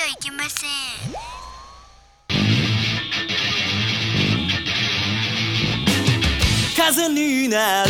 ゃいけません。 風になれ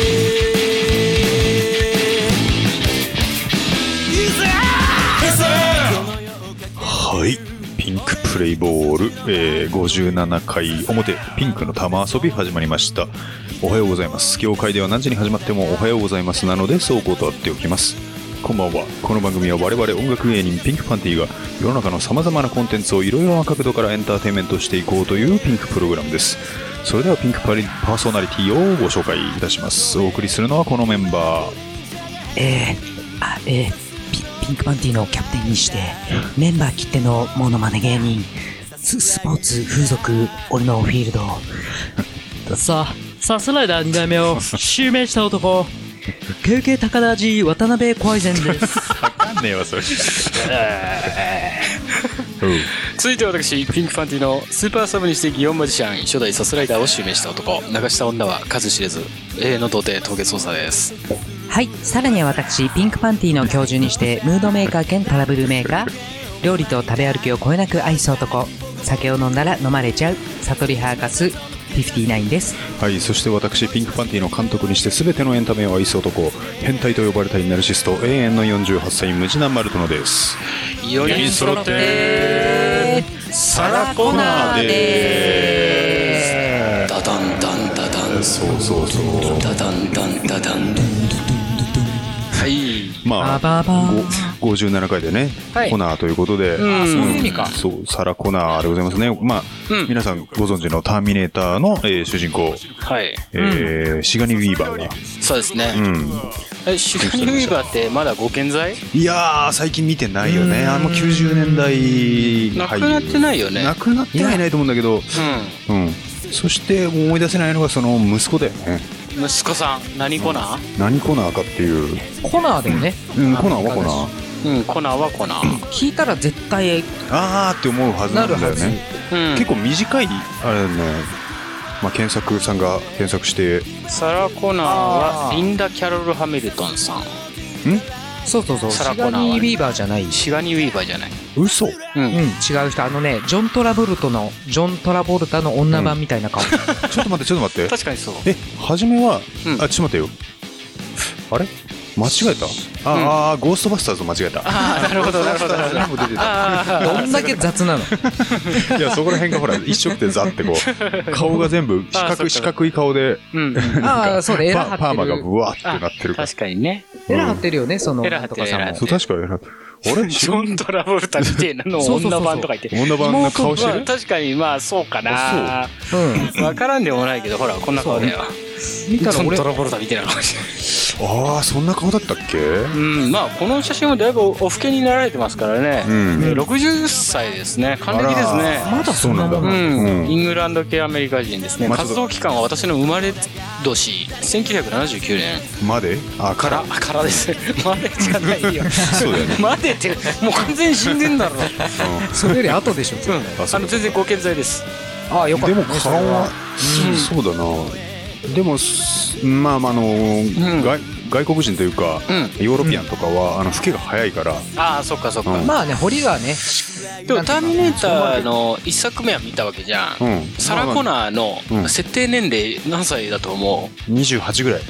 はい、ピンクプレイボール、57回表ピンクの玉遊び始まりました。おはようございます。業界では何時に始まってもおはようございますなのでそう断っておきます。こんばんは。この番組は我々音楽芸人ピンクパンティが世の中の様々なコンテンツをいろいろな角度からエンターテインメントしていこうというピンクプログラムです。それではピンクパーソナリティをご紹介いたします。お送りするのはこのメンバー。 ピンクパンティのキャプテンにしてメンバー切ってのモノマネ芸人スポーツ風俗俺のフィールドさすらいだ2代目を襲名した男KK 高田寺渡辺小愛善ですわかんねえわそれ続いて私ピンクパンティのスーパーサブにして祇園マジシャン初代サスライダーを襲名した男流した女は数知れず永遠の童貞峠捜査です。 はい、さらには私ピンクパンティの教授にしてムードメーカー兼トラブルメーカー料理と食べ歩きをこえなく愛す男酒を飲んだら飲まれちゃう悟りハーカス59です。 はい、そして私ピンクパンティの監督にして全てのエンタメを愛す男変態と呼ばれたいナルシスト永遠の48歳ムジナマルトノです。 4人揃ってサラコナーでーす。ダダンダンダダンそうダダンダンダダンはいまあ57回でね、はい、コナーということで、 そういう意味か。 そうサラコナーでございますね。まあ、皆さんご存知のターミネーターの、主人公、 はい、 シガニ・ウィーバーがそうですね、シガニ・ウィーバーってまだご健在？ いやー最近見てないよね。90年代なくなってないよね。 なくなってはいないと思うんだけど、そして思い出せないのがその息子だよね。 息子さん何コナー？ 何コナーかっていうコナーだよね。 コナーはコナー。 コナーはコナー。 聞いたら絶対あーって思うはずなんだよね。結構短いあれだね。まあ検索さんが検索してサラコナーはリンダ・キャロル・ハミルトンさん。 そうシガニー・ウィーバーじゃない。 シガニー・ウィーバーじゃない。 嘘？ 違う人。ジョン・トラボルタの女版みたいな顔。 ちょっと待って。 確かにそう。 初めは、ちょっと待ってよ。あれ間違えた？ゴーストバスターズと間違えた。 なるほど。 どんだけ雑なの？ いやそこら辺がほら一色でザってこう顔が全部四角い顔で、 そうでエラ張ってる。 パーマがブワってなってるから。 確かにね。 エラ張ってるよねその。 エラ張ってる。 そう確かにエラ。あれジョン・トラボルタみたいなの女版とか言って。 女版の顔してる。 確かにまあそうかな。わからんでもないけどほらこんな顔だよ。 見たら俺トラボルタみたいな顔してる。そんな顔だったっけ？ まあこの写真もだいぶお老けになられてますからね。60歳ですね。還暦ですね。 まだそうなんだ。 イングランド系アメリカ人ですね。活動期間は私の生まれ年1979年までからですまでじゃないよ。 そうだよね。 までってもう完全に死んでんだろ。 それより後でしょ。 全然ご健在です。 よかった。 でも顔はそうだな。でも外国人というかヨーロピアンとかは老けが早いから。 そっか。 まあね彫りがね。 でもターミネーターの一作目は見たわけじゃん。サラコナーの設定年齢何歳だと思う ？28ぐらい。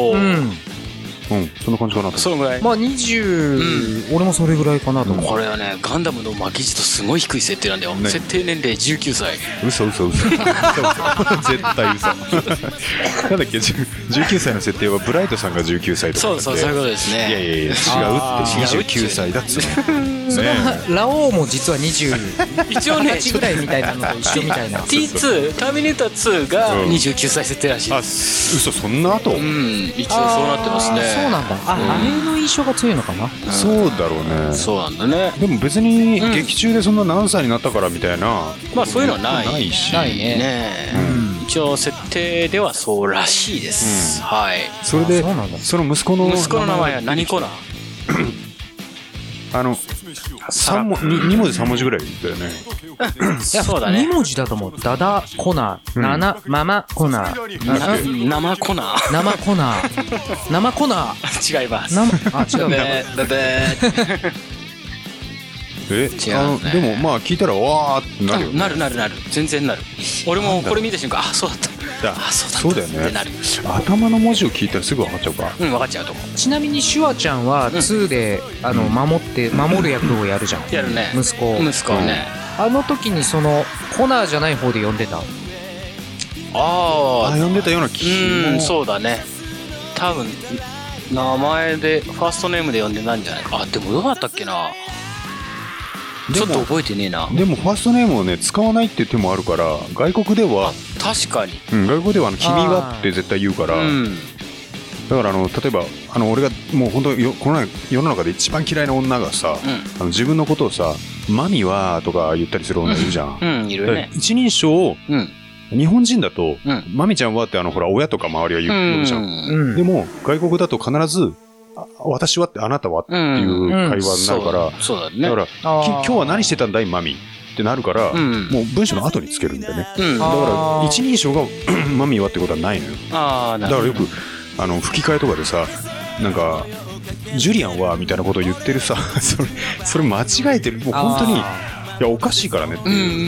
そんな感じかなと。 そのぐらい。 まあ20、俺もそれぐらいかなと思う。 これはねガンダムの巻き字とすごい低い設定なんだよ。設定年齢19歳。 嘘絶対嘘。なんだっけ19歳の設定はブライトさんが19歳とか。 そういうことですね。 いや違うって29歳だっつうの。 ラオウも実は20 一応ね 8ぐらいみたいなのと一緒みたいな。 T2 ターミネーター2が29歳設定らしい。 嘘そんな後？ 一応そうなってますね。 そうなんだ。あれの印象が強いのかな。 そうだろうね。 そうなんだね。 でも別に劇中でそんな何歳になったからみたいなまあそういうのはないし。 ないね。 一応設定ではそうらしいです。はい。 それでその息子の名前は何コナー 2文字3文字ぐらいだよね。 そうだね。 2文字だと思う。ダダコナー、ママコナー、 生コナー、 生コナー、生コナー。 違います。 違う。 違うねでもまあ聞いたらわーってなるよね。 なる全然なる。俺もこれ見た瞬間、あ、そうだったそうだよねってなる。 頭の文字を聞いたらすぐ分かっちゃうか。 分かっちゃうと思う。 ちなみにシュワちゃんは2で、守る役をやるじゃん。 やるね。 息子をね。 あの時にそのコナーじゃない方で呼んでた。 あ呼んでたような気も。 そうだね。多分名前でファーストネームで呼んでないんじゃないか。あ、でもどうだったっけな。ちょっと覚えてねえな。 でもファーストネームをね使わないっていう手もあるから、外国では確かに、 外国では君がって絶対言うから、だから例えば俺がもう本当この世の中で一番嫌いな女がさ、自分のことをさマミはとか言ったりする女いるじゃん。 いるね。 一人称を、日本人だと、マミちゃんはってほら親とか周りは言うじゃん。でも外国だと必ず私はってあなたはっていう会話になるから、 そうだね。 だから今日は何してたんだいマミってなるから、もう文章の後につけるんだよね。だから一人称がマミはってことはないのよ。だからよく吹き替えとかでさ、なんかジュリアンはみたいなことを言ってるさ、それ間違えてる。もう本当にいやおかしいからねっていう。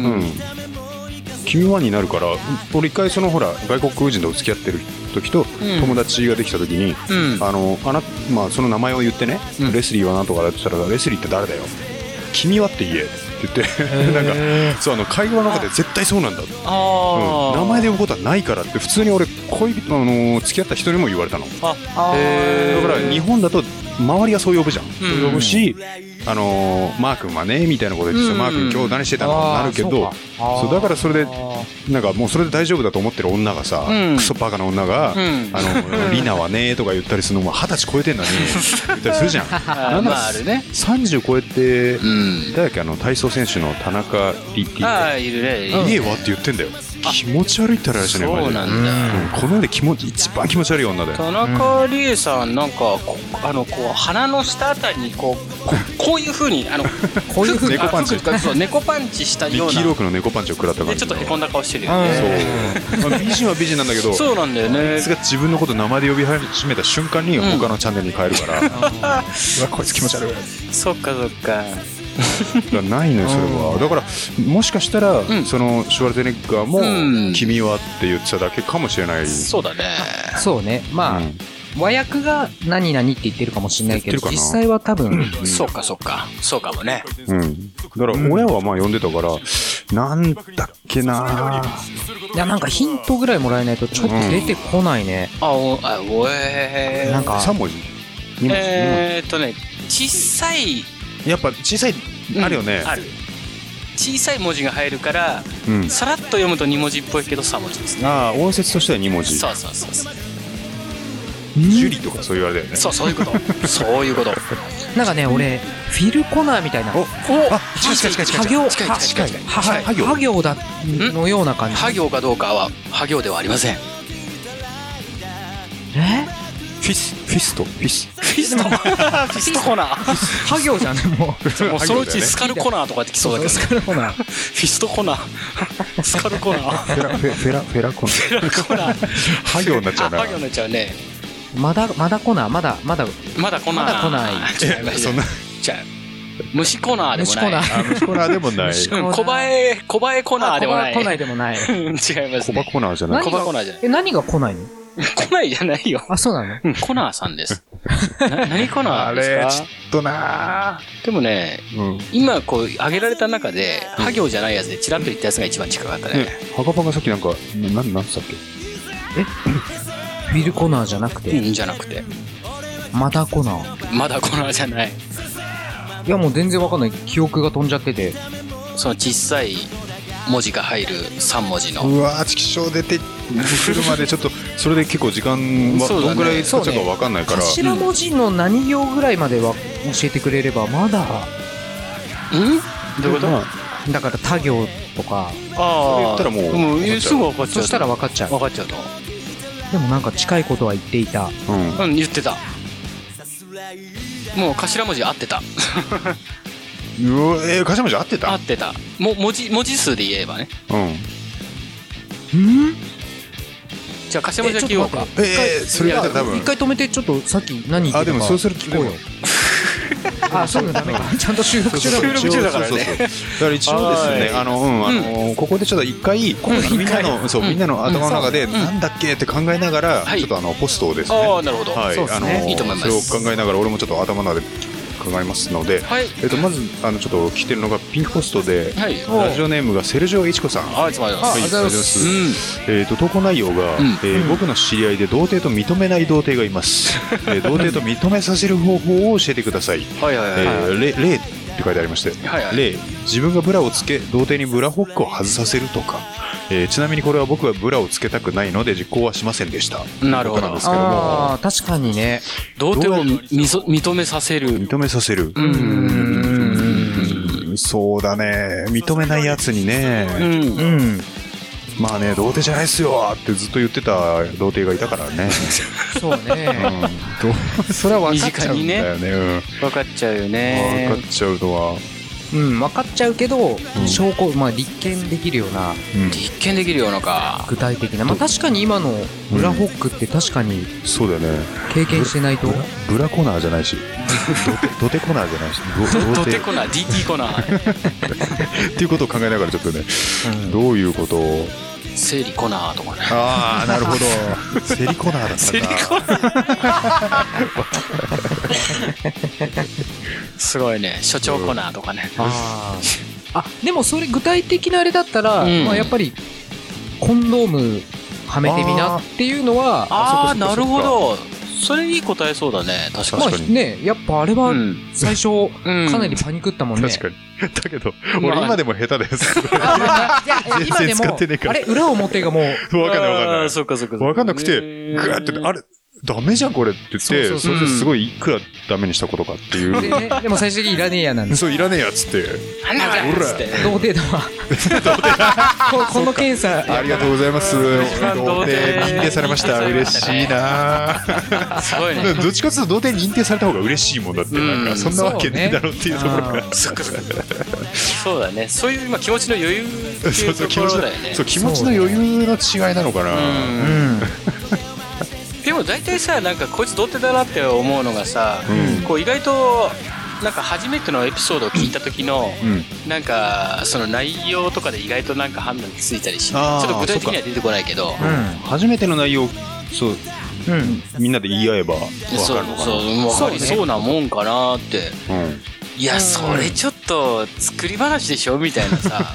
君はになるから、俺一回ほら外国人と付き合ってる時と友達ができた時に、まあその名前を言ってね、レスリーはなんとかだって言ったら、レスリーって誰だよ、君はって言えって言ってなんかそう会話の中で絶対そうなんだ、名前で呼ぶことはないからって普通に俺恋人付き合った人にも言われたの。だから日本だと周りはそう呼ぶじゃん。そう呼ぶし、マー君はねみたいなこと言ってさ、マー君今日何してたのってなるけど、そうだからそれでなんかもうそれで大丈夫だと思ってる女がさ、クソバカな女がリナはねとか言ったりするのも20歳超えてんのに言ったりするじゃん。なんなら30超えて誰だっけ、体操選手の田中リティ、 いるね。 いいわって言ってんだよ。気持ち悪いったらあれじゃねえ。 そうなんだ。 この世で一番気持ち悪い女だよ。 田中理恵さんなんかこう鼻の下あたりにこういう風にこういう風に猫パンチ、 そう猫パンチしたような。 ミッキーロークの猫パンチを食らった感じ。 ちょっとへこんだ顔してるよね。 そう。美人は美人なんだけど。そうなんだよね。あいつが自分のこと名前で呼び始めた瞬間に他のチャンネルに変えるから。うわこいつ気持ち悪い。 そっか。 ないのよそれは。だからもしかしたらそのシュワルツェネッガーも君はって言ってただけかもしれない。 そうだね。 そうね。まあ和訳が何々って言ってるかもしれないけど、実際は多分そうかもね。 だから親はまあ呼んでたから、なんだっけな。 いやなんかヒントぐらいもらえないとちょっと出てこないね。 なんか3文字。 小さい。 やっぱ小さいあるよね。 ある。小さい文字が入るから、さらっと読むと2文字っぽいけど3文字ですね。 音節としては2文字。そう。ジュリとかそう言われたよね。 そういうこと。 なんかね俺フィル・コナーみたいな。ハ行だのような感じ。 ハ行かどうかはハ行ではありません。 フィストコナー。 ハ行じゃんねもう。 そのうちスカルコナーとかってきそうだけど。 スカルコナー。 フィストコナー。スカルコナー。 フェラコナー。ハ行になっちゃうな。 ハ行になっちゃうね。 まだコナーまだ来ない。違います。 そんな。 じゃ虫コナーでもない。 虫コナーでもない。 小バエコナーでもない。 コナーでもない。 違います。 コバコナーじゃない。 何が来ないの？ 来ないじゃないよ。 あ、そうなの？ コナーさんです。何コナーですか？ あれちょっとな。 でもね、今こう挙げられた中でハ行じゃないやつでチラッと言ったやつが一番近かったね。 ハガパがさっきなんかなんつったっけ？ フィル・コナーじゃなくて？ じゃなくて。 まだコナーじゃない。 いやもう全然わかんない。記憶が飛んじゃってて。 その小さい文字が入る3文字の。 うわーチキショー出てくるまでちょっとそれで結構時間はどんぐらい使っちゃうかわかんないから。 頭文字の何行ぐらいまでは教えてくれればまだ。 どういうこと？ だから他行とか。 それ言ったらもうすぐ分かっちゃう。 そしたら分かっちゃう。 分かっちゃうと。 でもなんか近いことは言っていた。 言ってた。もう頭文字合ってた。 頭文字合ってた？ 合ってた。文字数で言えばね。じゃあ頭文字だけ言おうか。 それは多分一回止めてちょっとさっき何言ってたか。 でもそうすると聞こうよ。 あ、そういうのダメか。ちゃんと収録中だもん。 収録中だからねそうそうそうだから一応ですね、ここでちょっと一回、みんなの、そう、みんなの頭の中で、なんだっけって考えながら、ちょっとポストをですね。 ああ、なるほど。 はい、 そうですねいいと思います。 それを考えながら、俺もちょっと頭の中で考えますので、 はい。 まず、ちょっと来てるのがピンクポストで、 はい。 ラジオネームがセルジオ・イチコさん。 あ、いつもありがとうございます。 ありがとうございます投稿内容が、僕の知り合いで童貞と認めない童貞がいます。童貞と認めさせる方法を教えてください。 はいはいはい。 例って書いてありまして、 はいはい例、自分がブラをつけ童貞にブラホックを外させるとか、ちなみにこれは僕はブラをつけたくないので実行はしませんでした。 なるほどということなんですけども、 あー、確かにね。 童貞を認めさせる。 認めさせる。そうだね、認めないやつにね、 うん。 まあね、童貞じゃないっすよってずっと言ってた童貞がいたからね。 そうね。 それは分かっちゃうんだよね。 分かっちゃうよね。 分かっちゃうのは。 うん、分かっちゃうけど、証拠、まあ立件できるような、 立件できるようなか。 具体的な。まあ確かに今のブラホックって確かにそうだよね。 経験してないと。 ブラコナーじゃないし、ドテコナーじゃないし、 ドテコナー、DT コナー。 っていうことを考えながらちょっとね、どういうことを。 生理コナーとかね。 ああ、なるほど。セリコナーだったか。 セリコナー。すごいね。所長コナーとかね。 あ、でもそれ具体的なあれだったら、まあやっぱりコンドームはめてみなっていうのは、 ああ、なるほど。それいい答えそうだね。確かに。 まあね、やっぱあれは最初かなりパニクったもんね。 確かに。だけど、俺今でも下手です。 今でも、あれ、裏表がもう。 わかんないわかんない。 そうかそうか。 わかんなくて、ぐーって、あれ、ダメじゃんこれって言って、それですごいいくらダメにしたことかっていう。 でも最終的にいらねえやなんです。 そう、いらねえやっつって。 なんだこれっつって。 童貞だわ。この検査。 ありがとうございます。童貞認定されました。嬉しいな。 すごいね。 どっちかというと童貞認定された方が嬉しいもんだって、なんかそんなわけねえだろっていうところが。 そっかそっか。そうだね。そういう今気持ちの余裕っていうところだよね。 そう、気持ちの余裕の違いなのかな。 でも大体さ、なんかこいつ童貞だなって思うのがさ、こう意外となんか初めてのエピソードを聞いた時の、なんかその内容とかで意外となんか判断ついたりし、ちょっと具体的には出てこないけど、 初めての内容、そう、みんなで言い合えば分かるのかな。 そう、分かりそうなもんかなって。いや、それちょっと作り話でしょみたいなさ。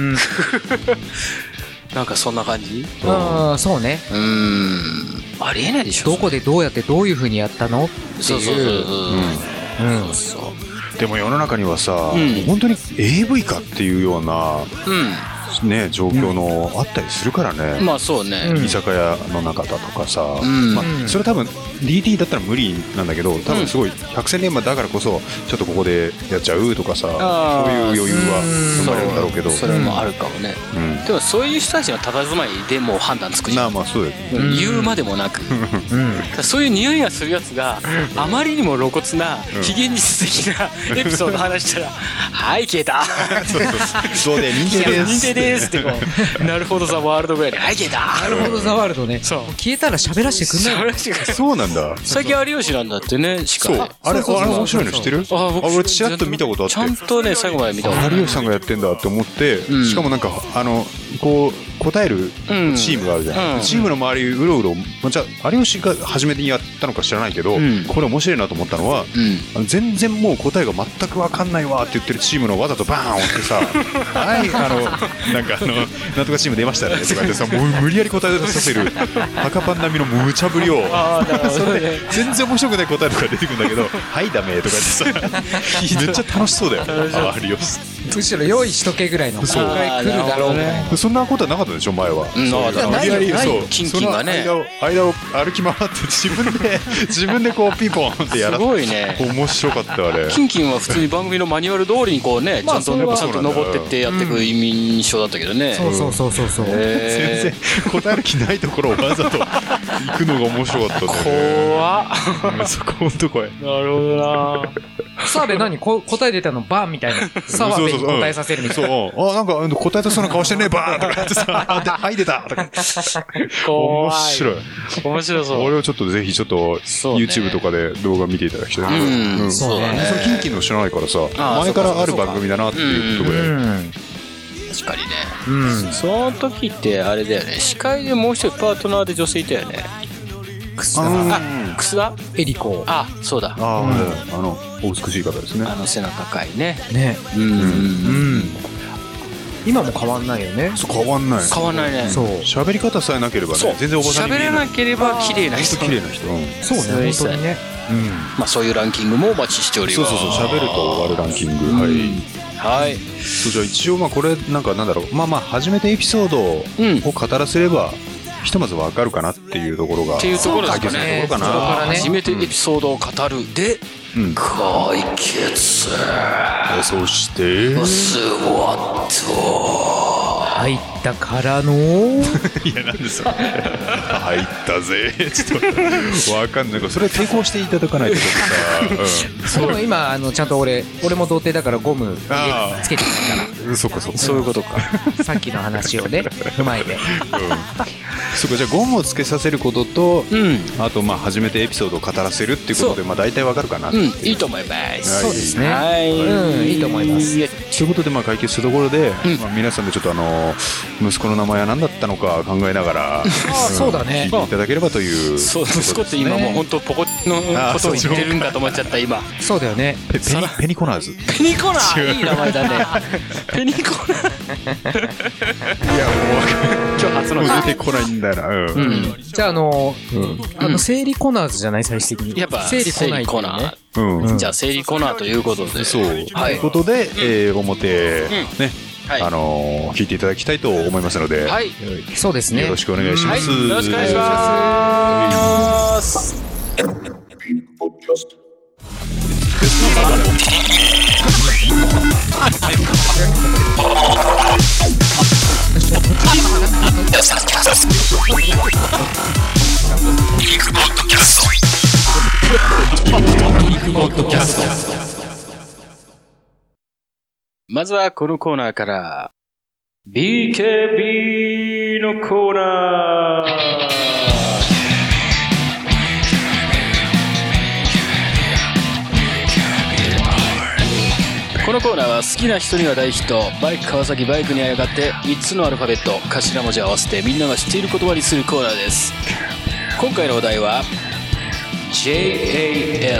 なんかそんな感じ？ ああ、そうね。 ありえないでしょ。 どこでどうやってどういう風にやったのっていう。 そう。 でも世の中にはさ、本当に AV かっていうような、ね、状況のあったりするからね。 まあそうね。 居酒屋の中だとかさ、まあそれ多分 DT だったら無理なんだけど、多分すごい百戦錬磨だからこそちょっとここでやっちゃうとかさ、そういう余裕は生まれるんだろうけど、 それもあるかもね。でもそういう人たちの佇まいでもう判断つくじゃん。 まあそうだよ。 言うまでもなく、そういう匂いがするやつがあまりにも露骨な非現実的なエピソード話したら、はい消えた。 そうで認定です。 認定ですってこう、なるほどザワールドぐらいで、はい消えた。 なるほどザワールドね。 そう。 消えたら喋らせてくんない。 そうなんだ。 最近有吉なんだってね、しか。 そう。あれ面白いの知ってる？俺ちらっと見たことあって。 ちゃんとね最後まで見たことある。 有吉さんがやってんだって思って、しかもなんかこう答えるチームがあるじゃん。チームの周りうろうろ、じゃあ有吉が初めにやったのか知らないけど、これ面白いなと思ったのは、全然もう答えが全く分かんないわって言ってるチームのわざとバーン押してさ、はいなんかなんとかチーム出ましたねとか言ってさ、もう無理やり答えさせる赤パン並みの無茶ぶりを、それで全然面白くない答えとか出てくるんだけど、はいダメとか言ってさ、めっちゃ楽しそうだよ有吉。 むしろ用意しとけぐらいの。 そう。 来るだろうね。 そんなことはなかったでしょ前は。無理やりそうキンキンがね、 間を歩き回って自分でこうピンポンってやら。 すごいね。 面白かったあれ。 キンキンは普通に番組のマニュアル通りにこうね、ちゃんと登ってってやっていく印象だったけどね。 そう。 全然答える気ないところをわざと行くのが面白かったんだよね。 怖っ。 そこ本当怖い。 なるほどな。 澤部何答え出たのバンみたいな。澤部に答えさせるみたいな。 そう。あ、なんか答えたそうな顔してね、バーンとかってさ、はい、出たとか。面白い。 面白そう。 俺をちょっとぜひちょっと YouTube とかで動画見ていただきたい。 そうだね。 そのキンキンの知らないからさ、前からある番組だなっていうことで。 確かにね。その時ってあれだよね。司会でもう一人パートナーで女性いたよね。楠田エリコ。 あ、そうだ。 お美しい方ですね。 背の高いね。 ね。今も変わんないよね。 そう、変わんない。 変わんないね。 そう。 喋り方さえなければね、全然おばさんに見えない。 喋れなければ綺麗な人。 綺麗な人。 そうね、本当にね。 まあそういうランキングもお待ちしております。 そう、喋ると終わるランキング。はい。そう、じゃあ一応これなんだろう。初めてエピソードを語らせれば、ひとまずわかるかなっていうところが。 っていうところですかね。初めてエピソードを語るで、解決。 そして、 スワット。 入ったからのいや、なんでそれ入ったぜ。ちょっとわかんない。それ抵抗していただかないとさ。 そう、今ちゃんと俺も童貞だからゴムつけてきたから。 そっか。 そういうことか。 さっきの話をね踏まえて。 そうか、じゃあゴムをつけさせることと、あと初めてエピソードを語らせるっていうことで大体わかるかな。 いいと思います。 そうですね。いいと思います。 ということで解決したところで、皆さんでちょっと息子の名前は何だったのか考えながらそうだね、 聞いていただければという。 そう、息子って今もう本当ポコのことを言ってるんだと思っちゃった今。 そうだよね。 ペニコナーズ。 ペニコナー、いい名前だね。ペニコナー。 いや、もう今日初の出てこないんだよな。 じゃあ生理コナーズじゃない、最終的に。 やっぱ生理コナー。じゃあ生理コナーということで。 そう。ということで表ね。聞いていただきたいと思いますので、 そうですね。 よろしくお願いします。 よろしくお願いします。まずはこのコーナーから BKB のコーナー。このコーナーは好きな人には大ヒット、バイク川崎バイクにあやかって3つのアルファベット頭文字を合わせてみんなが知っている言葉にするコーナーです。今回のお題は JAL。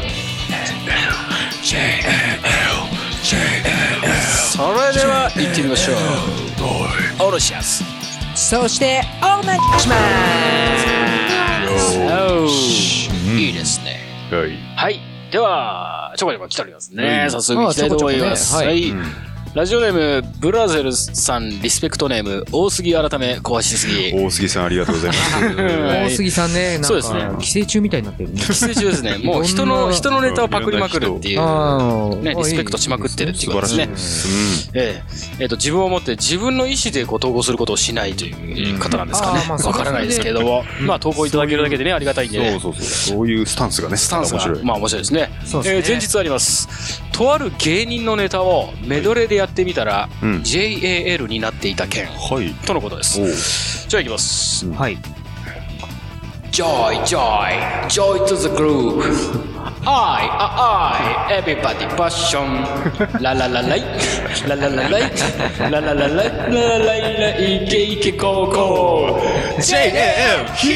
それでは行ってみましょう。オロシャス。 そしてお願いします。 いいですね。はい。ではちょこちょこ来ておりますね。早速行きたいと思います。はい。ラジオネームブラゼルさん、リスペクトネーム大杉改め小橋杉。 大杉さんありがとうございます。 大杉さんね、なんかそうですね、 寄生虫みたいになってるね。 寄生虫ですね。もう人のネタをパクりまくるっていうね、リスペクトしまくってるっていうことですね。自分を持って自分の意思で統合することをしないという方なんですかね。わからないですけども、投稿いただけるだけでね、ありがたいんでね。 そういうスタンスがね、 面白い。面白いですね。前日あります。とある芸人のネタをメドレーでやってみたら JAL になっていた件とのことです。じゃあいきます。 はい。 Joy to the groove. Everybody passion. La la la la la la la la la la la la イケイケゴーゴー JAL ヒ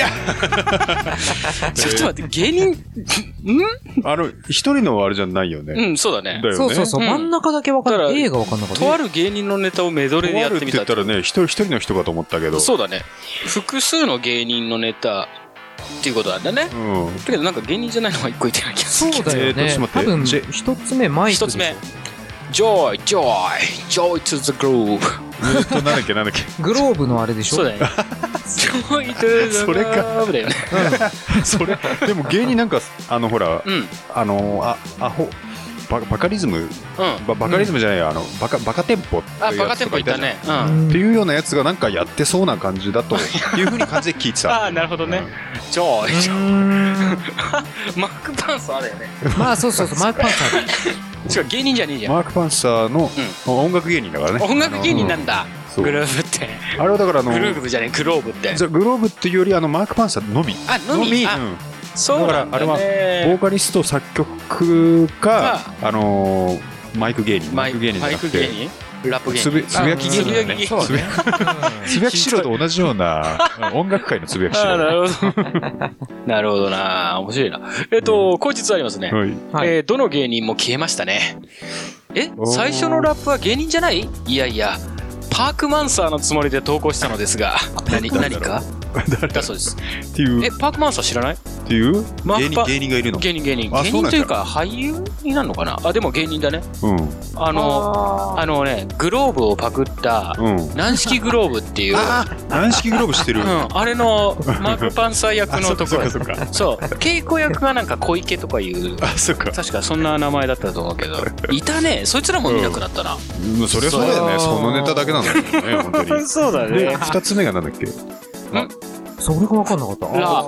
ー。ちょっと待って、芸人一人のあれじゃないよね。 そうだね。 そう真ん中だけ分かる。映画分かんなかった。 とある芸人のネタをメドレーでやってみた。 とあるって言ったらね、一人の人かと思ったけど。 そうだね。複数の芸人のネタっていうことなんだね。だけどなんか芸人じゃないのが一個いてなきゃ。 そうだよね。多分一つ目マイク。 一つ目。Joy to the groove。 なんだっけ。 グローブのあれでしょ。 そうだね。Joy to the groove だよね。 それでも芸人なんかほらアホ。バカリズム、バカリズムじゃないよ、バカテンポっていうやつとかいたね。っていうようなやつがなんかやってそうな感じだというふうに感じで聞いてた。 なるほどね。ジョイマーク・パンサーだよね。 まあそうそうそう、マーク・パンサー。 違う、芸人じゃねえじゃん。 マーク・パンサーの音楽芸人だからね。 音楽芸人なんだ。 そうグルーブって。 あれはだからグルーブじゃねえ、グローブって。 グローブっていうよりマーク・パンサーのみ。 あ、のみ。あ、そうなんだね。 だからあれはボーカリスト作曲かマイク芸人。マイク芸人じゃなくてラップ芸人。 つぶやき芸人だね。つぶやきしろと同じような音楽界のつぶやきしろ。 なるほど。なるほどな。面白いな。後日ありますね。どの芸人も消えましたね。最初のラップは芸人じゃない？いやいや、パークマンサーのつもりで投稿したのですが、何かだそうです。 っていう。 パークマンサー知らない？ っていう芸人がいるの？芸人というか俳優になるのかな。あ、でも芸人だね。 うん。 ね、グローブをパクった軟式グローブっていう。 軟式グローブ知ってる？ うん。あれのマークパンサー役のところ。そう。稽古役がなんか小池とかいう。 あ、そっか。 確かそんな名前だったと思うけど。いたね。そいつらも見なくなったな。 そりゃそうだよね。そのネタだけなんだよね。本当に。 そうだね。 で、2つ目がなんだっけ？ それが分かんなかった。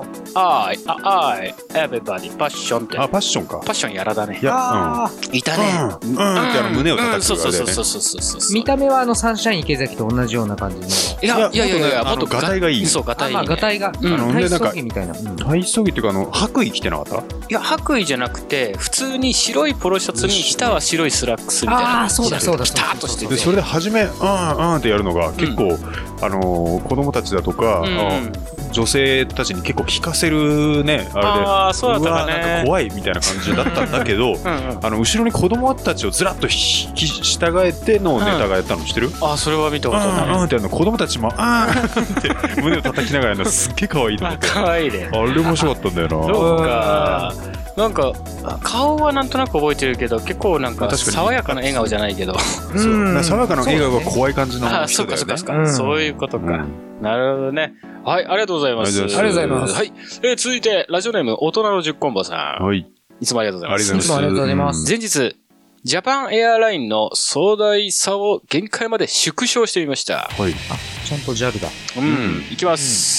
everybody パッションって。 あ、パッションか。 パッションやらだね。 いや、 いたね。 って胸を叩く。 そう。 見た目はサンシャイン池崎と同じような感じの。 いや、もっとガタイがいい。 そう、ガタイ。 ガタイが。体操着みたいな。 体操着っていうか白衣着てなかった？ いや、白衣じゃなくて、普通に白いポロシャツに下は白いスラックスみたいな。 あ、そうだ。 ピタッとしてて。 それで初めってやるのが結構子供たちだとか女性たちに結構聞かせるね、あれで、 そうだったかね、 なんか怖いみたいな感じだったんだけど後ろに子供たちをずらっと従えてのネタがやったの知ってる？ それは見たことない。 って子供たちもって胸を叩きながらやるのすっげえ可愛いと思って。 可愛いね。 あれ面白かったんだよな。 そうか。なんか顔はなんとなく覚えてるけど、結構なんか爽やかな笑顔じゃないけど、 爽やかな笑顔が怖い感じの人だよね。 そういうことか。なるほどね。はい、ありがとうございます。 ありがとうございます。 はい、続いてラジオネーム大人の10コンボさん。はい。いつもありがとうございます。 いつもありがとうございます。 前日ジャパンエアラインの壮大さを限界まで縮小してみました。 はい。 ちゃんと JAL だ。 いきます。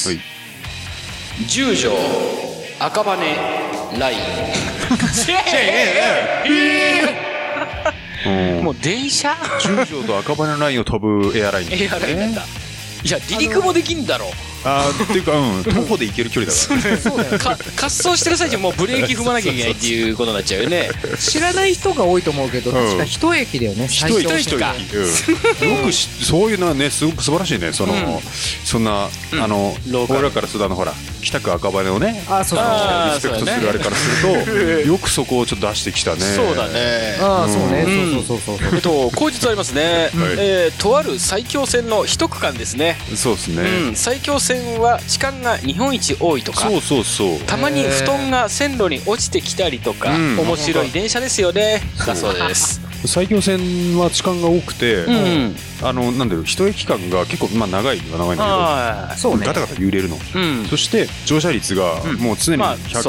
はい。10条赤羽ライン。もう電車 10条と赤羽ラインを飛ぶエアライン。 エアラインなんだ。いや、離陸もできんだろ。 っていうか、徒歩で行ける距離だから。 そうだよ。滑走してる最中もうブレーキ踏まなきゃいけないっていうことになっちゃうよね。 知らない人が多いと思うけど、確か一駅だよね。 一駅か。よくそういうのはね、すごく素晴らしいね。そんな俺らからするとほら北区赤羽をね、リスペクトするあれからすると、よくそこをちょっと出してきたね。 そうだね。 そうね。そう。 後日ありますね。とある埼京線の一区間ですね。 そうですね。 埼京線は痴漢が日本一多いとか、たまに布団が線路に落ちてきたりとか、面白い電車ですよね。だそうです。 埼京線は痴漢が多くて、なんだろう、一駅間が結構長いは長いんだけど、ガタガタ揺れるの。そして乗車率がもう常に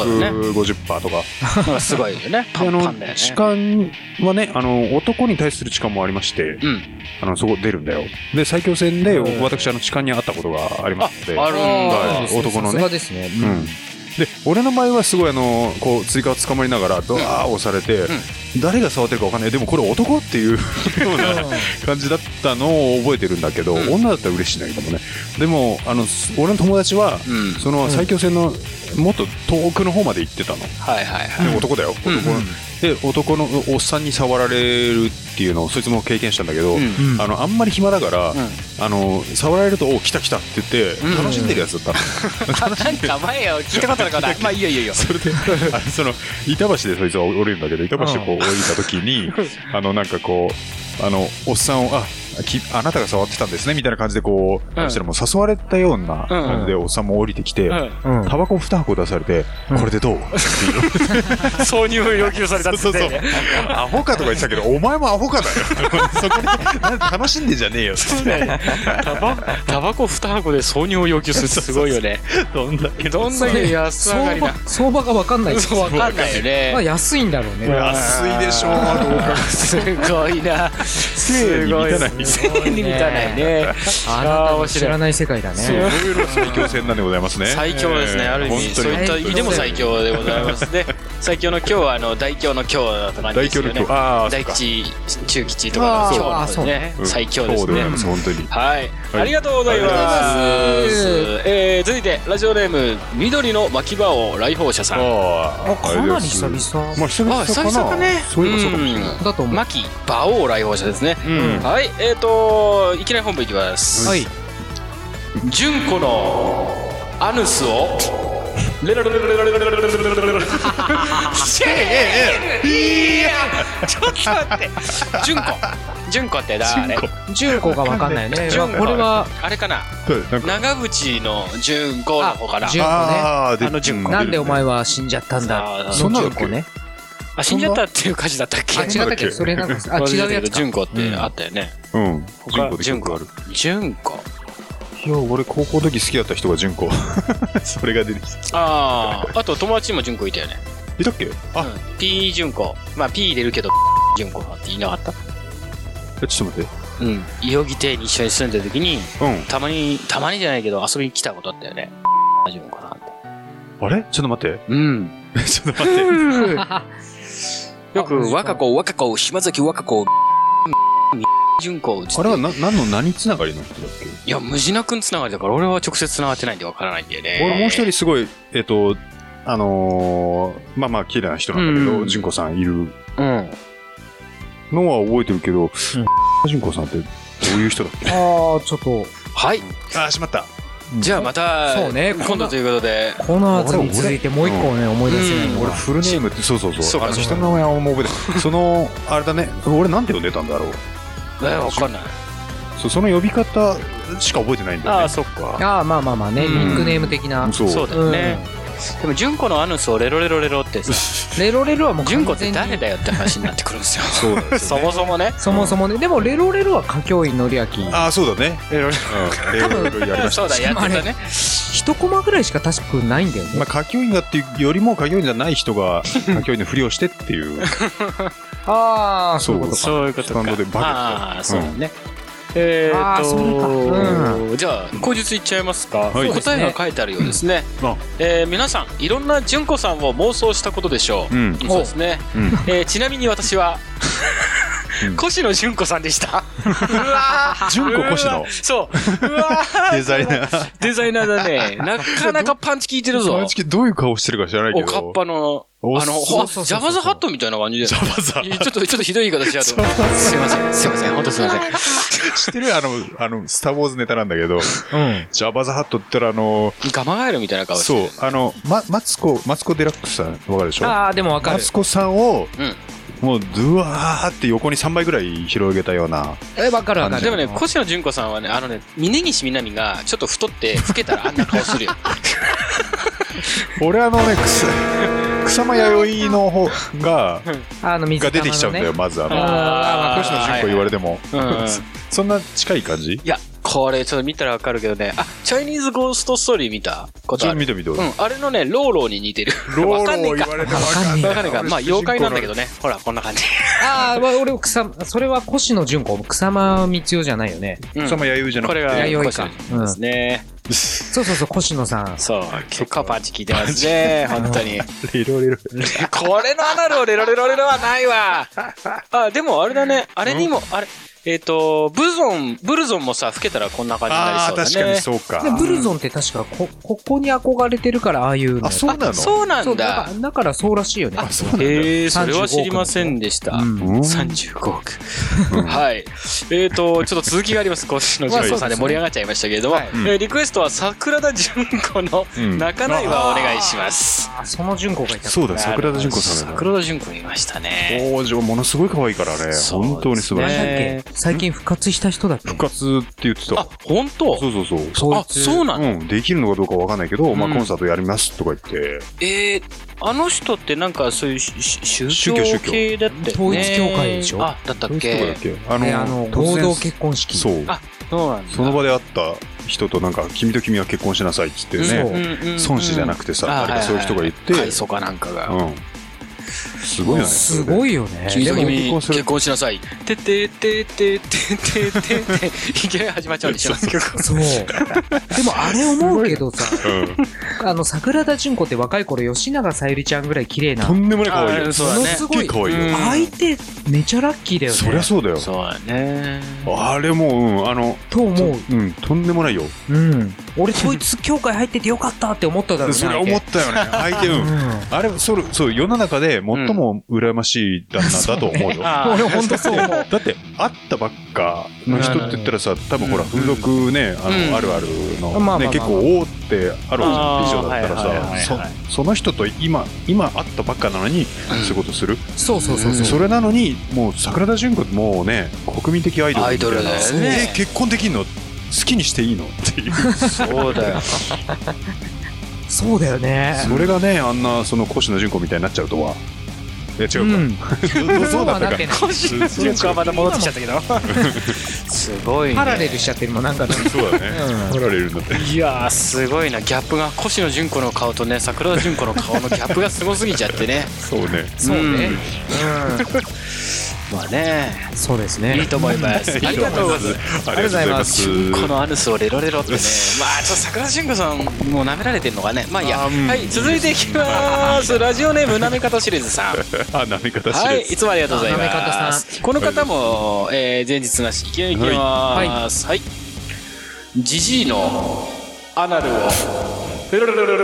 150% とか。 すごいよね。 痴漢はね、男に対する痴漢もありまして、そこ出るんだよ。で、埼京線で私痴漢に会ったことがありますので、男のね。で、俺の場合はすごいこう追加を捕まりながらドアーを押されて、誰が触ってるか分かんない、でもこれ男っていうような感じだったのを覚えてるんだけど、女だったら嬉しいんだけどもね。でも俺の友達はその埼京線のもっと遠くの方まで行ってたの。で男だよ。男のおっさんに触られるっていうのをそいつも経験したんだけど、あんまり暇だから、触られると「お来た来た」って言って楽しんでるやつだったの。 なんか前よ聞いたことあるからまあいいよ。 それで板橋でそいつは降りるんだけど、板橋でこう降りた時になんかこうおっさんをあなたが触ってたんですねみたいな感じでこうしたらもう誘われたような感じでおっさんも降りてきて、タバコ2箱出されて、これでどうっていう挿入を要求されたって。 そうアホかとか言ってたけど、お前もアホかだよ。そこで楽しんでんじゃねえよ。 タバコ2箱で挿入を要求するってすごいよね。どんだけ安上がりな相場が分かんない。 分かんないよね。 まあ安いんだろうね。 安いでしょう。 すごいな。 すごいな。 に満たないね。 あなたの知らない世界だそうね。 いうの最強戦なんでございますね。 最強ですね、ある意味。そういった意味でも最強でございますね。最強の今日は大凶の今日だと感じですよね。 大凶の今日、ああ、 大吉、中吉とかの今日のね、最強ですね。 本当に。 はい、ありがとうございます。続いてラジオネーム緑の巻き場王来訪者さん。 かなり久々。 まあ久々かな。 かね。 そういえばそうかもしれない。 だと思う。 巻き場王来訪者ですね。はい、いきなり本部いきます。 はい。 純子のアヌスをレラレラレラレラレラレラレラレラちょっと待って。純子って誰？ 純子がわかんないね。これはあれかな。長渕の純子の方かな。 純子ね。 純子。 なんでお前は死んじゃったんだ。 そんなの純子ね。 あ、死んじゃったっていう歌詞だったっけ？ あ、違ったっけ？それなんか違うやつか。 純子ってあったよね。 うん。 純子ある。純子。 いや、俺高校の時好きだった人が純子。それが出てきた。 あと友達にも純子いたよね。 いたっけ？あ、 P 純子。まあ P 入れるけど純子って言いなかった？ ちょっと待って。 伊予木邸に一緒に住んでる時に、たまにじゃないけど遊びに来たことあったよね。純子さんって。 あれ？ちょっと待って。ちょっと待って。 よく若子、島崎若子、純子。 あれは何つながりの人だっけ？ いや、ムジナ君つながりだから、俺は直接つながってないんでわからないんだよね。 俺もう一人すごい、まあまあ綺麗な人なんだけど、純子さんいるのは覚えてるけど、純子さんってどういう人だっけ？ ちょっと。 はい。 しまった。 じゃあまた、 そうね、 今度ということで。 この後に続いてもう一個ね、思い出せないの俺フルネームって、そう。人の名前はもう覚えてる。あれだね、俺なんて呼んでたんだろう。 わかんない。 その呼び方しか覚えてないんだよね。 そっか。 まあね、ニックネーム的な。 そうだよね。でも純子のアヌスをレロレロレロってさ、 レロレロはもう純子って誰だよって話になってくるんですよ。そうなんですよね。そもそもね。 でもレロレロは歌教員のりあき。 そうだね。レロレロやりました。 そうだ、やってたね。 一コマぐらいしか確かないんだよね。 まあ歌教員がっていうよりも歌教員じゃない人が歌教員のふりをしてっていう。 そういうことか。そういうことか。そうだね。じゃあ口述いっちゃいますか。答えが書いてあるようですね。皆さんいろんな純子さんを妄想したことでしょう。そうですね。ちなみに私は越野純子さんでした。 純子越野。 そう。 デザイナーだね。なかなかパンチ効いてるぞ。 パンチどういう顔してるか知らないけど。 おかっぱのジャバザハットみたいな感じで。ちょっとひどい言い方しちゃうと。すいません、本当すいません。 知ってるスターウォーズネタなんだけど、ジャバザハットって言ったらガマガエルみたいな顔してる。 そう、マツコデラックスさん、わかるでしょ？ でもわかる。 マツコさんを、もう、ドゥワーって横に3倍ぐらい広げたような。 わかる。 でもね、越野純子さんはね、峯岸みなみがちょっと太って老けたらあんな顔するよ。 俺草間弥生の方が出てきちゃうんだよ、まず越野純子言われても。そんな近い感じ？いや、これちょっと見たらわかるけどね。チャイニーズゴーストストーリー見たことある？ 見た。 あれのね、ローローに似てる。 ローロー言われてもわかんないか。まあ、妖怪なんだけどね。ほら、こんな感じ。 それは越野純子、草間光代じゃないよね。 草間弥生じゃなくて。 これが弥生か。 ですね。 そう、越野さん。 そう、結構パンチ効いてますね、本当に。 レロレロ。 これのアナルをレロレロレロはないわ。でもあれだね、あれにも、ブルゾンもさ、老けたらこんな感じになりそうだね。 確かにそうか。 ブルゾンって確かここに憧れてるからああいうの。 そうなの？ そうなんだ。 だからそうらしいよね。 それは知りませんでした。35億。はい。ちょっと続きがあります。越野純子さんで盛り上がっちゃいましたけれども、リクエストは桜田純子の泣かないはお願いします。 その純子がいた。 そうだ、桜田純子さんだ。 桜田純子いましたね。 ものすごい可愛いからね。本当に素晴らしい。 最近復活した人だっけ？ 復活って言ってた。 本当？ そう。 そうなの？ できるのかどうかわかんないけど、コンサートやりますとか言って。 あの人ってなんかそういう宗教系だったよね。 統一教会でしょ？ だったっけ？ 合同結婚式。 そう。 そうなんだ。 その場で会った人となんか、君と君は結婚しなさいって言ってね。孫子じゃなくてさ、誰かそういう人が言って。 開祖かなんかが。 すごいよね。 すごいよね。 君とでも君結婚しなさい。てってってってってってっていきなり始まっちゃうでしょ。 そう。でもあれ思うけどさ、桜田淳子って若い頃吉永小百合ちゃんぐらい綺麗な。 とんでもない可愛いよ。 そうだね。 ものすごい可愛いよ。 相手めちゃラッキーだよね。 そりゃそうだよ。 そうだね。 あれもと思う。 とんでもないよ。 俺こいつ協会入っててよかったって思っただろうね。 それ思ったよね。相手あれそう世の中で最も羨ましい旦那だと思うよ。 俺本当そう思う。 だって会ったばっかの人って言ったらさ、多分ほら風俗ねあるあるのね結構大ってあるじゃん美女だったらさ、その人と今会ったばっかなのにそういうことする。 そう。 それなのにもう桜田淳子もうね国民的アイドルみたいな。 アイドルだよね。 結婚できんの？好きにしていいのっていう。 そうだよ。 そうだよね。 それがねあんなその越野純子みたいになっちゃうとは。いや違うか。そうだったか。 越野純子はまだ戻ってきちゃったけど。すごいね。 パラレルしちゃってるもんなんか。 そうだね。パラレルになって。 いやーすごいなギャップが越野純子の顔とね桜田純子の顔のギャップがすごすぎちゃってね。 そうね。 そうね。 まあね。 そうですね。 いいと思います。ありがとうございます。このアヌスをレロレロってね。まあちょっと桜田純子さんもう舐められてるのかね。まあいいや。はい続いていきます。ラジオネームなめ方シリーズさん。 なめ方シリーズ。 はいいつもありがとうございます。 なめ方さん。 この方も前日なしいきます。はい。ジジイのアナルを。本当かよ。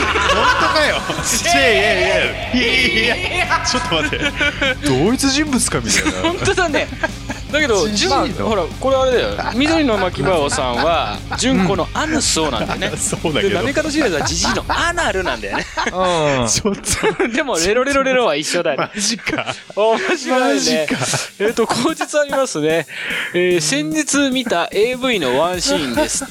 いやちょっと待って同一人物かみたいな。本当だね。だけどほらこれあれだよ緑の巻き場さんは純子のアヌスをなんだよね。 そうだけどなめ方シリーズはジジイのアナルなんだよね。 ちょっとでもレロレロレロは一緒だよね。 マジか面白いね。口実ありますね。先日見た AV のワンシーンですって。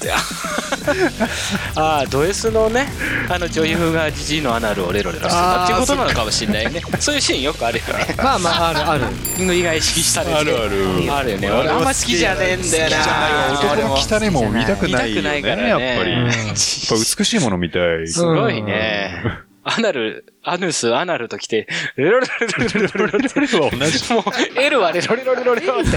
ド S のね女優がジジイのアナルをレロレロしてたっていうことなのかもしれないね。そういうシーンよくあるよね。 まあある。 意外意識したね。あるよね。俺あんま好きじゃねえんだよな。 男の汚いもん見たくないよね。やっぱり美しいもの見たい。 すごいね。アヌス、アナルときて、レロレロレロレロレロレロは同じ。もう、L はレロレロレロレロって。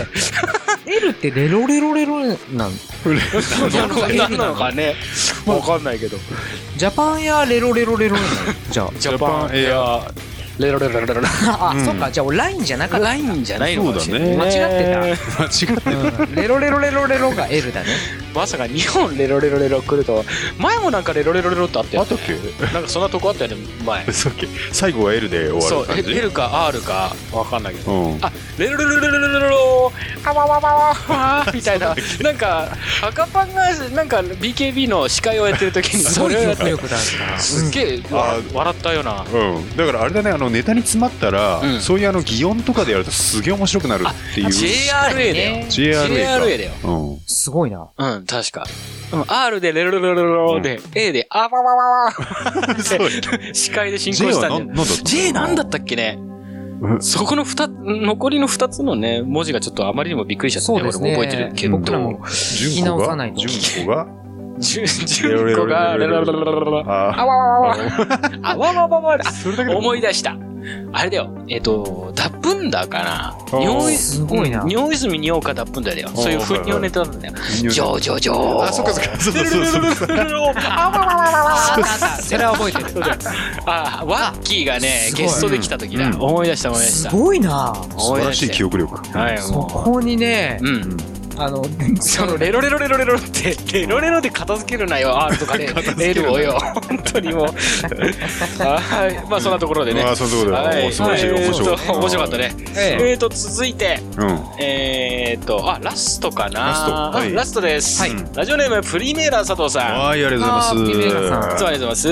L ってレロレロレロなん何なのかね。わかんないけど。 ジャパンエアレロレロレロじゃあ。 ジャパンエアレロレロレロレロ。 そっか、じゃあラインじゃなかった。 ラインじゃないのかもしれない。 間違ってた。レロレロレロレロが L だね。 まさか2本レロレロレロ来ると前もなんかレロレロレロってあったよ。 あったっけ？ なんかそんなとこあったよね前。 最後は L で終わる感じ。 そう L か R かわかんないけど。レロレロレロレロレロあわわわわみたいななんか赤パンがなんか BKB の司会をやってる時にそれをやってるすっげえ笑ったような。 だからあれだねネタに詰まったらそういう擬音とかでやるとすげえ面白くなるっていう。 JRA だよ。JRA だよ。 すごいな。 確か。R でレロレロレロで A であわわわわ司会で進行したんだよ。J なんだったっけね。そこの残りの2つのね文字がちょっとあまりにもびっくりしちゃって俺も覚えてるけど。 僕らも聞き直さないと。 純子が純子がレロレロレロレロあわわわわあわわわわ思い出した。あれだよダップンダーかな。 すごいな。 尿泉におうかダップンダーだよ。そういう糞尿ネタなんだよ。ジョージョージョー。 あそっかそっか。そうあわわわわわ。 それは覚えてる。 ワッキーがねゲストで来た時だ。思い出したすごいな。 素晴らしい記憶力。 はい。 そこにね。 そのレロレロレロレロってレロレロで片付けるなよ R とかで L をよ本当にもうはいまあそんなところでねそんなところで素晴らしい面白かったね。続いてラストかな。ラストです。ラジオネームプリメーラー佐藤さん。 はいありがとうございます。 いつもありがとうございます。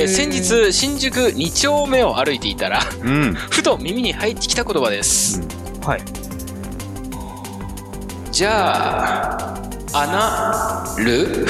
先日新宿2丁目を歩いていたらふと耳に入ってきた言葉です。 はい。 じゃあアナル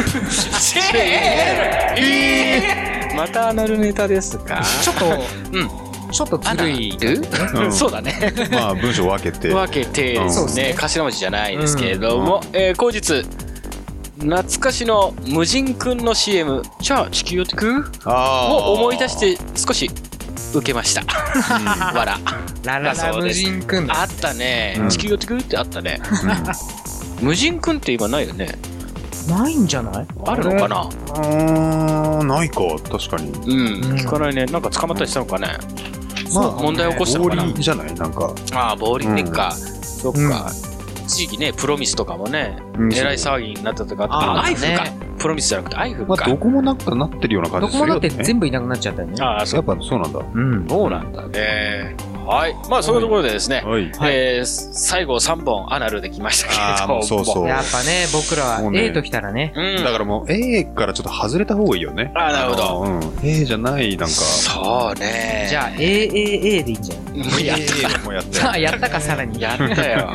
またアナルネタですか。 ちょっとずるい。 そうだね。 まあ文章分けてですね。頭文字じゃないですけれども後日懐かしの無人くんの CM じゃあ地球寄ってくを思い出して少し受けました。わら。 ラララ無人くんだ。 あったね。 うん地球寄ってくるってあったね。無人くんって今ないよね。 ないんじゃない？ あるのかな？ ないか、確かに。 うん。聞かないね。なんか捕まったりしたのかね。 まあ、 問題起こしたのかな。 ボーリーじゃないなんか。 ああ、ボーリングか。そっか。一時期ね、プロミスとかもね、えらい騒ぎになったとかあった。アイフルか。プロミスじゃなくてアイフルか。 まあ、どこもなんかなってるような感どこもじするよね。 だって全部いなくなっちゃったよね。 ああ、そやうっぱそうなんだ。 うん。 そうなんだね。はい。まあ、そういうところでですね、 はい。 最後3本アナルできましたけれどあーもうそうそうやっぱね、僕らはもうね A と来たらね。 うん。 だからもう A からちょっと外れた方がいいよね。 あーなるほどうん。A じゃない、なんか。 そうね。 じゃあ AAA でいいんじゃない？ もうやっ A もうやったよ。 あ、やったかさらに。 やったよ。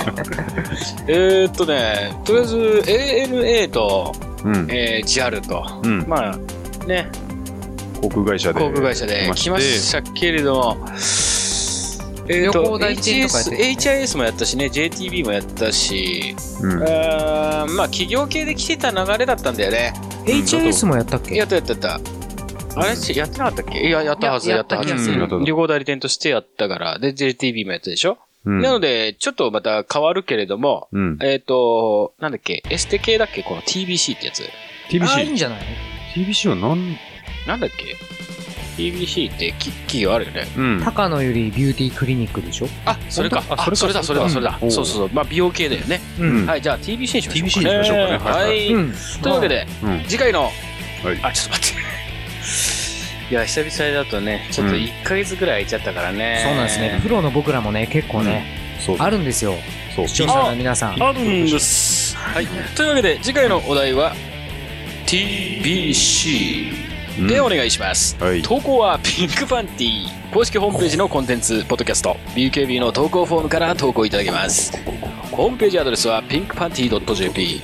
とりあえず ANA と、 うん。 JAL と、 うん。 まあ、ね、 航空会社で。 航空会社で来ましたけれども、 旅行代理店とかやってるね HIS もやったしね、JTB もやったし、 うん。 まあ企業系で来てた流れだったんだよね。 HIS もやったっけ？ やった。あれやってなかったっけ？いや、やったはず、 ややったはず。 やった気がする旅行代理店としてやったから、で、JTB もやったでしょ？ うん。 なので、ちょっとまた変わるけれども、 うん。 なんだっけ、エステ系だっけこの TBC ってやつ。 あ、いいん TBC。 じゃない？ TBC はなんだっけ ?TBC って企業あるよね。 うん。 高野よりビューティークリニックでしょ？ あ、それか。 あそれかそれだ。 それかそうそうそう。まあ、美容系だよね。 うんはい、じゃあ TBC にしましょうか、ね。 TBC にしましょうかねははいい。 うん。 というわけで、 うん。 次回の、 はい。 あ、ちょっと待って。いや、久々だとね、ちょっと1ヶ月ぐらい空いちゃったからね。 そうなんですね。プロの僕らもね、結構ね、 そう。 あるんですよ。 そう。 視聴者の皆さん。 あるんです。はい。というわけで、次回のお題は、TBC でお願いします。 はい。 投稿はピンクパンティ公式ホームページのコンテンツポッドキャスト BKB の投稿フォームから投稿いただけます。ホームページアドレスは pinkpanty.jp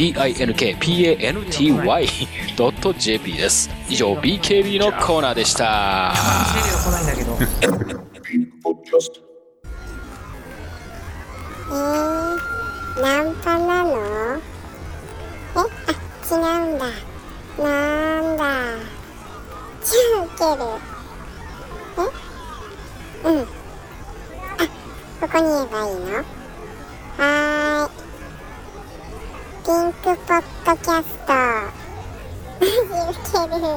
pinkpanty.jp です。以上 BKB のコーナーでした。 整理が来ないんだけど。 ナンパなの？あ、違うんだ。なんだ。じゃあ受ける。うん。あ、ここに言えばいいの？はーい。ピンクポッドキャスト。マジ受ける。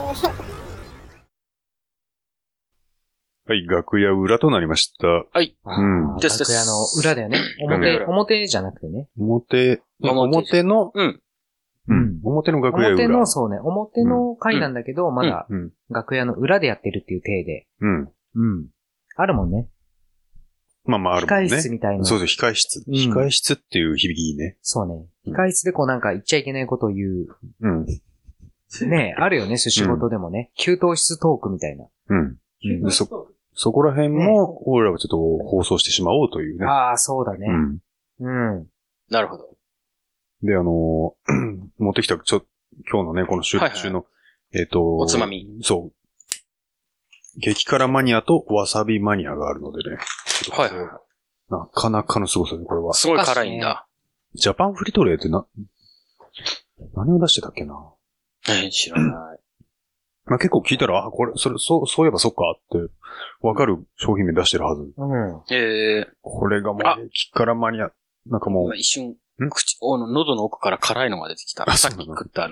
はい、楽屋裏となりました。 はい。 うん。 です楽屋の裏だよね。表じゃなくてね。 表の、 うん。 うん。表の楽屋裏。 表の、そうね、表の回なんだけど、まだうん。 楽屋の裏でやってるっていう体で。 うん。 うん。あるもんね。 まあまああるもんね。 控室みたいな。 そうそう、控室。 うん控室っていう響きいいね。 そうね。控室でこうなんか言っちゃいけないことを言う。 うん。 ねあるよね、そう仕事でもね。給湯室トークみたいな。 うん。でそこら辺も、俺らはちょっと放送してしまおうというね。 ああ、そうだね。 うん。 うん。 なるほど。 で、持ってきた、今日のね、この収録中の、 おつまみ。 そう。激辛マニアとわさびマニアがあるのでね。 はいはい。 なかなかの凄さね、これは。 すごい辛いんだ。 ジャパンフリトレーって何を出してたっけな。 知らない。 まあ、結構聞いたら、あ、これ、そういえばそっかって、わかる商品名出してるはず。 うん。 これがもうあ、 激辛マニア、なんかもう、 一瞬、喉の奥から辛いのが出てきた。さっきそうなの食った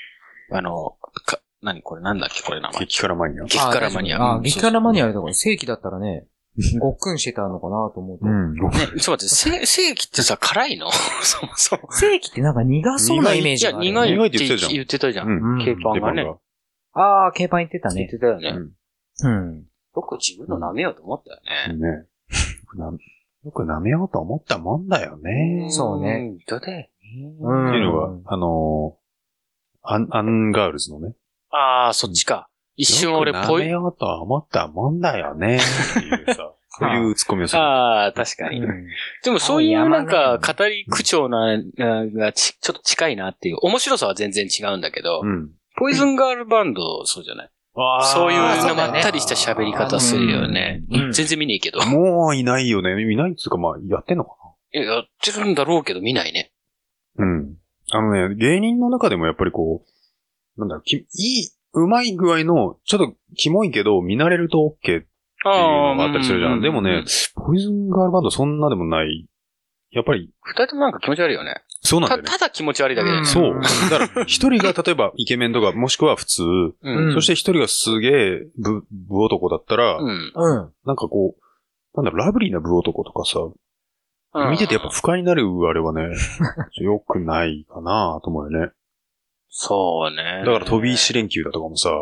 何これなんだっけこれ名前。 激辛マニア。 激辛マニア。 あ、激辛マニアだから正規だったらね、ごっくんしてたのかなと思うと。 うん。 ね、ちょっと待って、正規ってさ、辛いのそもそも。 正規ってなんか苦そうなイメーいや、 ジがある。 苦いって苦いって言ってたじゃん言ってたじゃん。 うん。 ケーパンがね。 ああ、ケーパン言ってた言っね。 てたよね。 うん。 よく自分の舐めようと思ったよね。 ね。よく舐めようと思ったもんだよね。 そうね。 だね。 うんっていうのが、アンガールズのね。 ああ、そっちか。一瞬俺よく舐めようと思ったもんだよね。っていうさ、そういうツッコミをする。 ああ、確かに。でもそういうなんか語り口調がちょっと近いなっていう。面白さは全然違うんだけど、 うん。 ポイズンガールバンドそうじゃないそういうまったりした喋り方するよね。全然見ねえけど。 もういないよね。いないっつうか、まあ、やってんのかやってるんだろうけど見ないね。 な。うん。芸人の中でもやっぱりこう、うまい具合の、ちょっとキモいけど、見慣れると OK っのがあったりするじゃ。 うんんでもね、ポイズンガールバンドそんなでもない。やっぱり。 二人ともなんか気持ち悪いよね。 そうなんだよね。 ただ気持ち悪いだけで。 そう。だから、一人が例えばイケメンとか、もしくは普通、そして一人がすげえ部男だったら、なんかこう、なんだろう、ラブリーな部男とかさ、見ててやっぱ不快になるあれはね、良くないかなと思うよね。 そうね。 だから飛び石連休だとかもさ。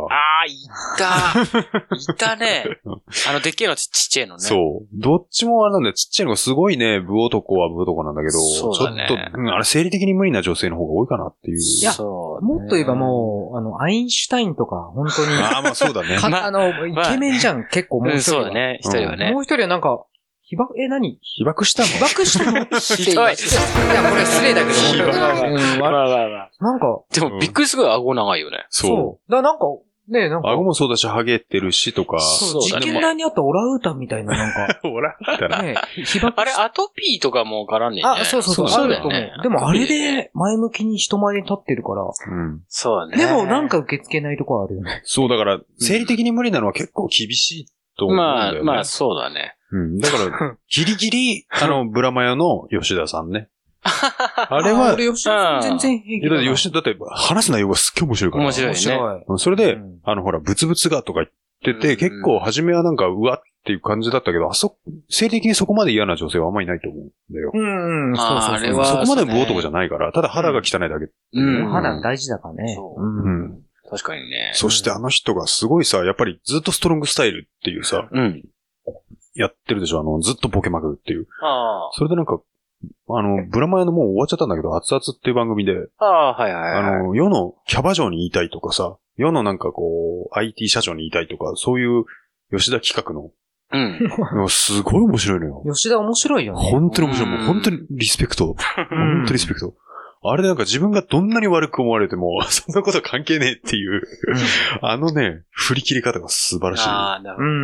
いたね。でっけえのちっちゃいのね。 そう。どっちもあれなんだよ。ちっちゃいのがすごいね、部男は部男なんだけど、 そうだね、 ちょっと、あれ生理的に無理な女性の方が多いかなっていう。 いや、もっと言えばもう、アインシュタインとか、本当に。 まあそうだね。 イケメンじゃん、結構もう一人は。 そうだね、一人はね。 もう一人はなんか、何被爆したの？ 被爆したのひどい。いや、これ失礼だけど、 まあ。 なんか。 でもびっくりするぐらい顎長いよね。 そう。 なんか、ね、なんか。 顎もそうだし、ハゲてるしとか。 そう、実験台にあったオランウータンみたいな、なんか。 オランウータンね、被爆。 あれ、アトピーとかも絡んでんね。 そうあると思う。でもあれで前向きに人前に立ってるから。 そうだね。 でもなんか受け付けないとこあるよね。 そう、だから、生理的に無理なのは結構厳しいと思うんだよね。 まあ、そうだね。 だから、ギリギリ、ブラマヨの吉田さんね。あれは、 俺吉田さん全然平気だな。 だって話す内容がすっげえ面白いから。 面白いね。 それで、ほら、ブツブツがとか言ってて、結構初めはなんか、うわっていう感じだったけど、生理的にそこまで嫌な女性はあんまりいないと思うんだよ。 そう。 そこまで無男じゃないから、ただ肌が汚いだけ。 肌大事だからね。 確かにね。 そしてあの人がすごいさ、やっぱりずっとストロングスタイルっていうさ、やってるでしょ、ずっとボケまくるっていう。それでなんか、ブラマヨのもう終わっちゃったんだけど、熱々っていう番組で、世のキャバ嬢に言いたいとかさ、世のなんかこう、IT 社長に言いたいとか、そういう吉田企画の、すごい面白いのよ。 吉田面白いよね。 本当に面白い。もう本当にリスペクト。本当にリスペクト。あれなんか自分がどんなに悪く思われても、そんなこと関係ねえっていう、振り切り方が素晴らしい。 なるほど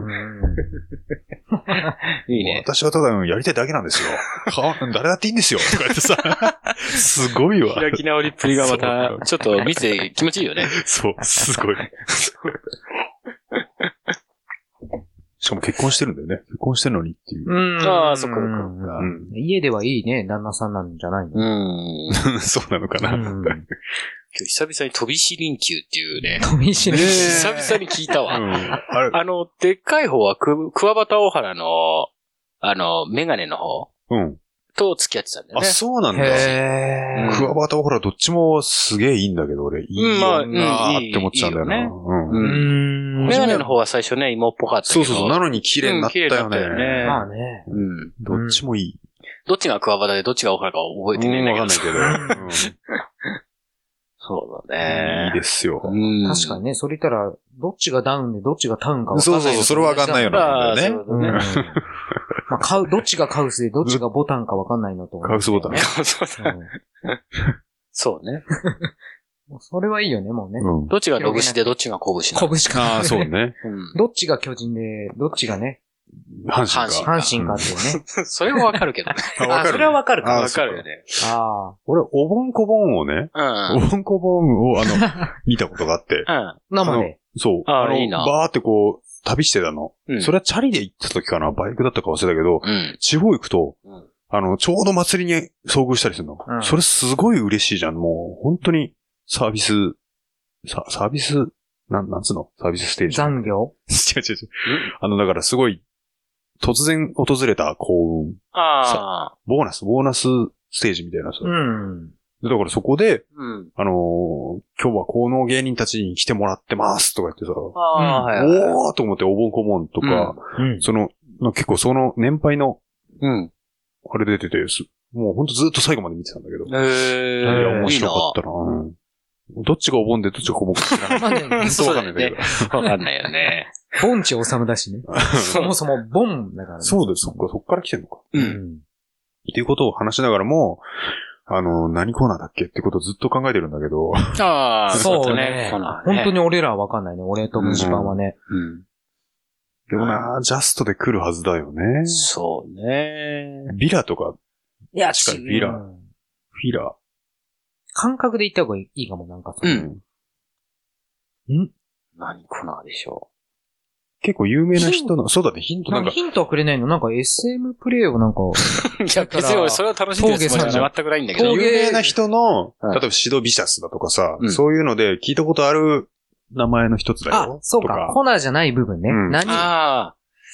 いいね。 私はただやりたいだけなんですよ。誰だっていいんですよ。とか言ってさ、すごいわ。 開き直りっぷりがまた、ちょっと見てて気持ちいいよね。 そう、すごい。しかも結婚してるんだよね。結婚してるのにっていう。 そっか。 家ではいいね、旦那さんなんじゃないの？ そうなのかな。 今日久々に飛び石臨休っていうね。 飛び石臨休。 久々に聞いたわ。でっかい方は桑畑大原の、メガネの方。と付き合ってたんだよね。 そうなんだ。桑畑大原どっちもすげえいいんだけど、俺。いいなーって思っちゃうんだよね。 メガネの方は最初ね、芋っぽかったけど。 そう。なのに綺麗になったよね。 まあね。 どっちもいい。 どっちが桑畑でどっちが大原か覚えてねえんだけど。 わかんないけど。 そうだね。 いいですよ。 確かにね、それ言ったら、どっちがダウンでどっちがタウンか分かんない。 そう、それは分かんないよな。 どっちがカウスでどっちがボタンか分かんないのと。 カウスボタン。 そうね。 それはいいよね、もうね。 どっちが野口でどっちが拳なの。 拳か。 そうね。 どっちが巨人で、どっちがね。 阪神かっていうね。 それはわかるけどね。 それはわかるか。 わかるよね。 俺、おぼんこぼんをね、おぼんこぼんを見たことがあって。 生で。 そう。 いいな。 バーってこう、旅してたの。それはチャリで行った時かな、バイクだったか忘れたけど、地方行くと、ちょうど祭りに遭遇したりするの。それすごい嬉しいじゃん。もう、本当に、サービス、なんつうのサービスステージ。 残業違う。だからすごい、突然訪れた幸運。ボーナスステージみたいなさ。だからそこで、今日はこの芸人たちに来てもらってますとか言ってさ、おーと思っておぼんこぼんとか、結構その年配の、あれ出てて、もうほんとずっと最後まで見てたんだけど。面白かったな。どっちがお盆でどっちがこぼんか知らない。 そうわかんないんだけど。わかんないよね。 盆地治だしね。そもそも盆だからね。 そうです、そっから来てんのか。っていうことを話しながらも、何コーナーだっけってことをずっと考えてるんだけど。 そうね。本当に俺らはわかんないね。俺とムジパンはね。 でもな、ジャストで来るはずだよね。 そうね。 ビラとか。 いや、 確かにビラ。フィラ。 感覚で言った方がいいかも、なんか。 何コーナーでしょう。 結構有名な人の、そうだね、ヒントなんか。 ヒントはくれないの？なんか SM プレイをなんか。 いや、別に俺それを楽しんでるつもりじゃ全くないんだけど。 有名な人の、例えばシドビシャスだとかさ、そういうので聞いたことある名前の一つだよ。 あ、そうか。コナーじゃない部分ね。何？ あ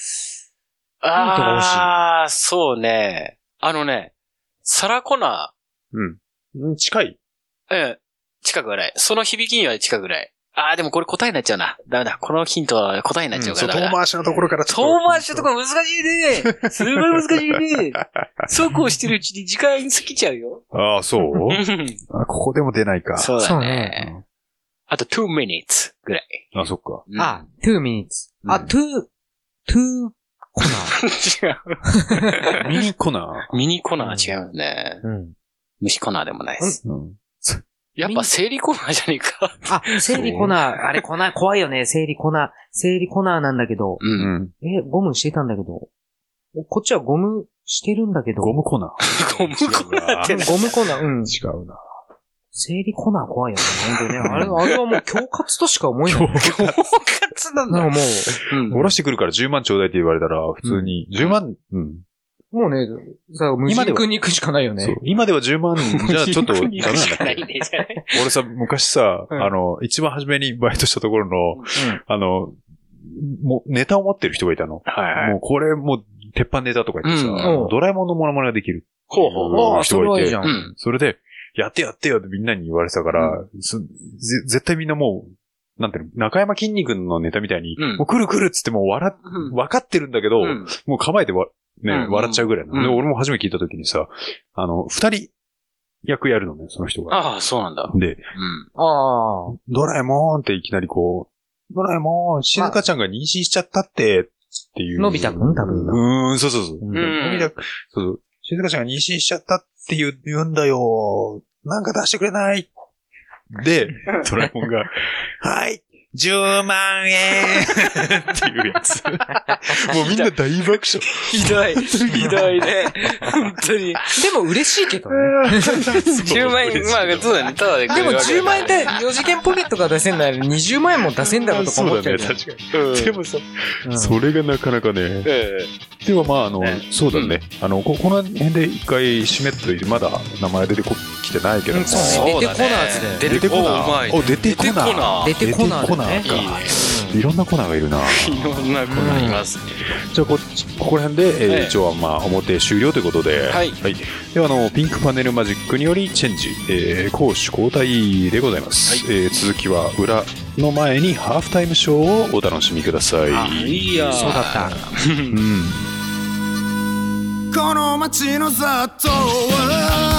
あ、そうね。サラコナー。うん。近い？ 近くはない。その響きには近くない。でもこれ答えになっちゃうな。ダメだ。このヒントは答えになっちゃうから。 遠回しのところから遠回しのところ難しいね。すごい難しいね。そうこうしてるうちに時間過ぎちゃうよ。 ああ、そうここでも出ないか。 そうだね。あと2 minutes ぐらい。 あ、そっか。 2 minutes。2コナー。 違う。 ミニコナー。ミニコナー違うね。虫コナーでもないです。やっぱ生理コナーじゃねえか。 生理コナー。あれコナー怖いよね。生理コナーなんだけど。ゴムしてたんだけど。こっちはゴムしてるんだけど。 ゴムコナー。 ゴムコナーってゴムコナー。 違うな。 生理コナー怖いよね。本当ね。あれはもう恐喝としか思えない。 恐喝なんだ。 もう、下ろしてくるから10万ちょうだいって言われたら、普通に、10万、 もうね、無人君に行くしかないよね。 今では10万じゃちょっとダメなんだっけ俺さ、昔さ、一番初めにバイトしたところの、もうネタを持ってる人がいたの。もうこれもう鉄板ネタとか言ってさ、ドラえもんのモノマネができる。人がいて、それで、やってよってみんなに言われてたから、絶対みんなもう、なんていうの、中山筋肉のネタみたいに、もう来る来るっつってもう分かってるんだけど、もう構えて笑っちゃうぐらいなの。で、俺も初めて聞いたときにさ、二人役やるのね、その人が。 ああ、そうなんだ。 で、ドラえもんっていきなりこう、ドラえもん、静香ちゃんが妊娠しちゃったっていう。 のび太くん多分。 そう。のび太くん、そう。静香ちゃんが妊娠しちゃったって言うんだよ。なんか出してくれない。で、ドラえもんが、はい。10万円っていうやつ。もうみんな大爆笑。 ひどいね。本当に。 でも嬉しいけどね。 10万円、まあ、そうだね。ただでも10万円って4次元ポケットが出せんなら20万円も出せんだろうとか思っちゃう。 そうだね、確かに。でもさ、それがなかなかね。でもまあ、そうだね。この辺で一回締めっといて、まだ名前出てきてないけど。 そうね。出てこなー出てこなー。出てこなー。 出てこなー。 いろんなコーナーがいるな。 いろんなコーナーいます。 じゃあここら辺で、一応はまあ表終了ということで、はい。ではピンクパネルマジックによりチェンジ、攻守交代でございます。続きは裏の前にハーフタイムショーをお楽しみください。 いや、 そうだった。 この街の雑踏は